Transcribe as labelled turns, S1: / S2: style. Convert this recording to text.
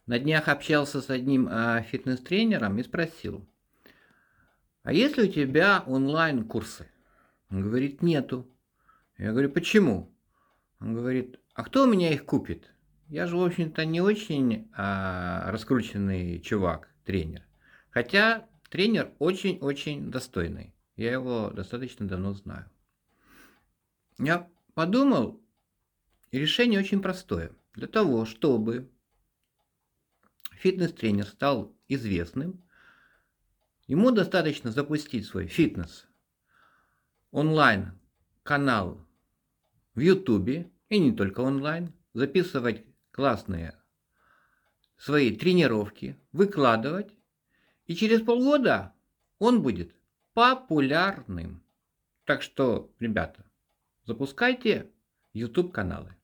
S1: На днях общался с одним фитнес-тренером и спросил: а есть ли у тебя онлайн-курсы? Он говорит: нету. Я говорю: почему? Он говорит: а кто у меня их купит? Я же, в общем-то, не очень раскрученный чувак, тренер. Хотя тренер очень-очень достойный. Я его достаточно давно знаю. Я подумал, и решение очень простое. Для того, чтобы фитнес-тренер стал известным, ему достаточно запустить свой фитнес онлайн-канал в Ютубе, и не только онлайн, записывать классные свои тренировки, выкладывать, и через полгода он будет популярным. Так что, ребята, запускайте YouTube каналы.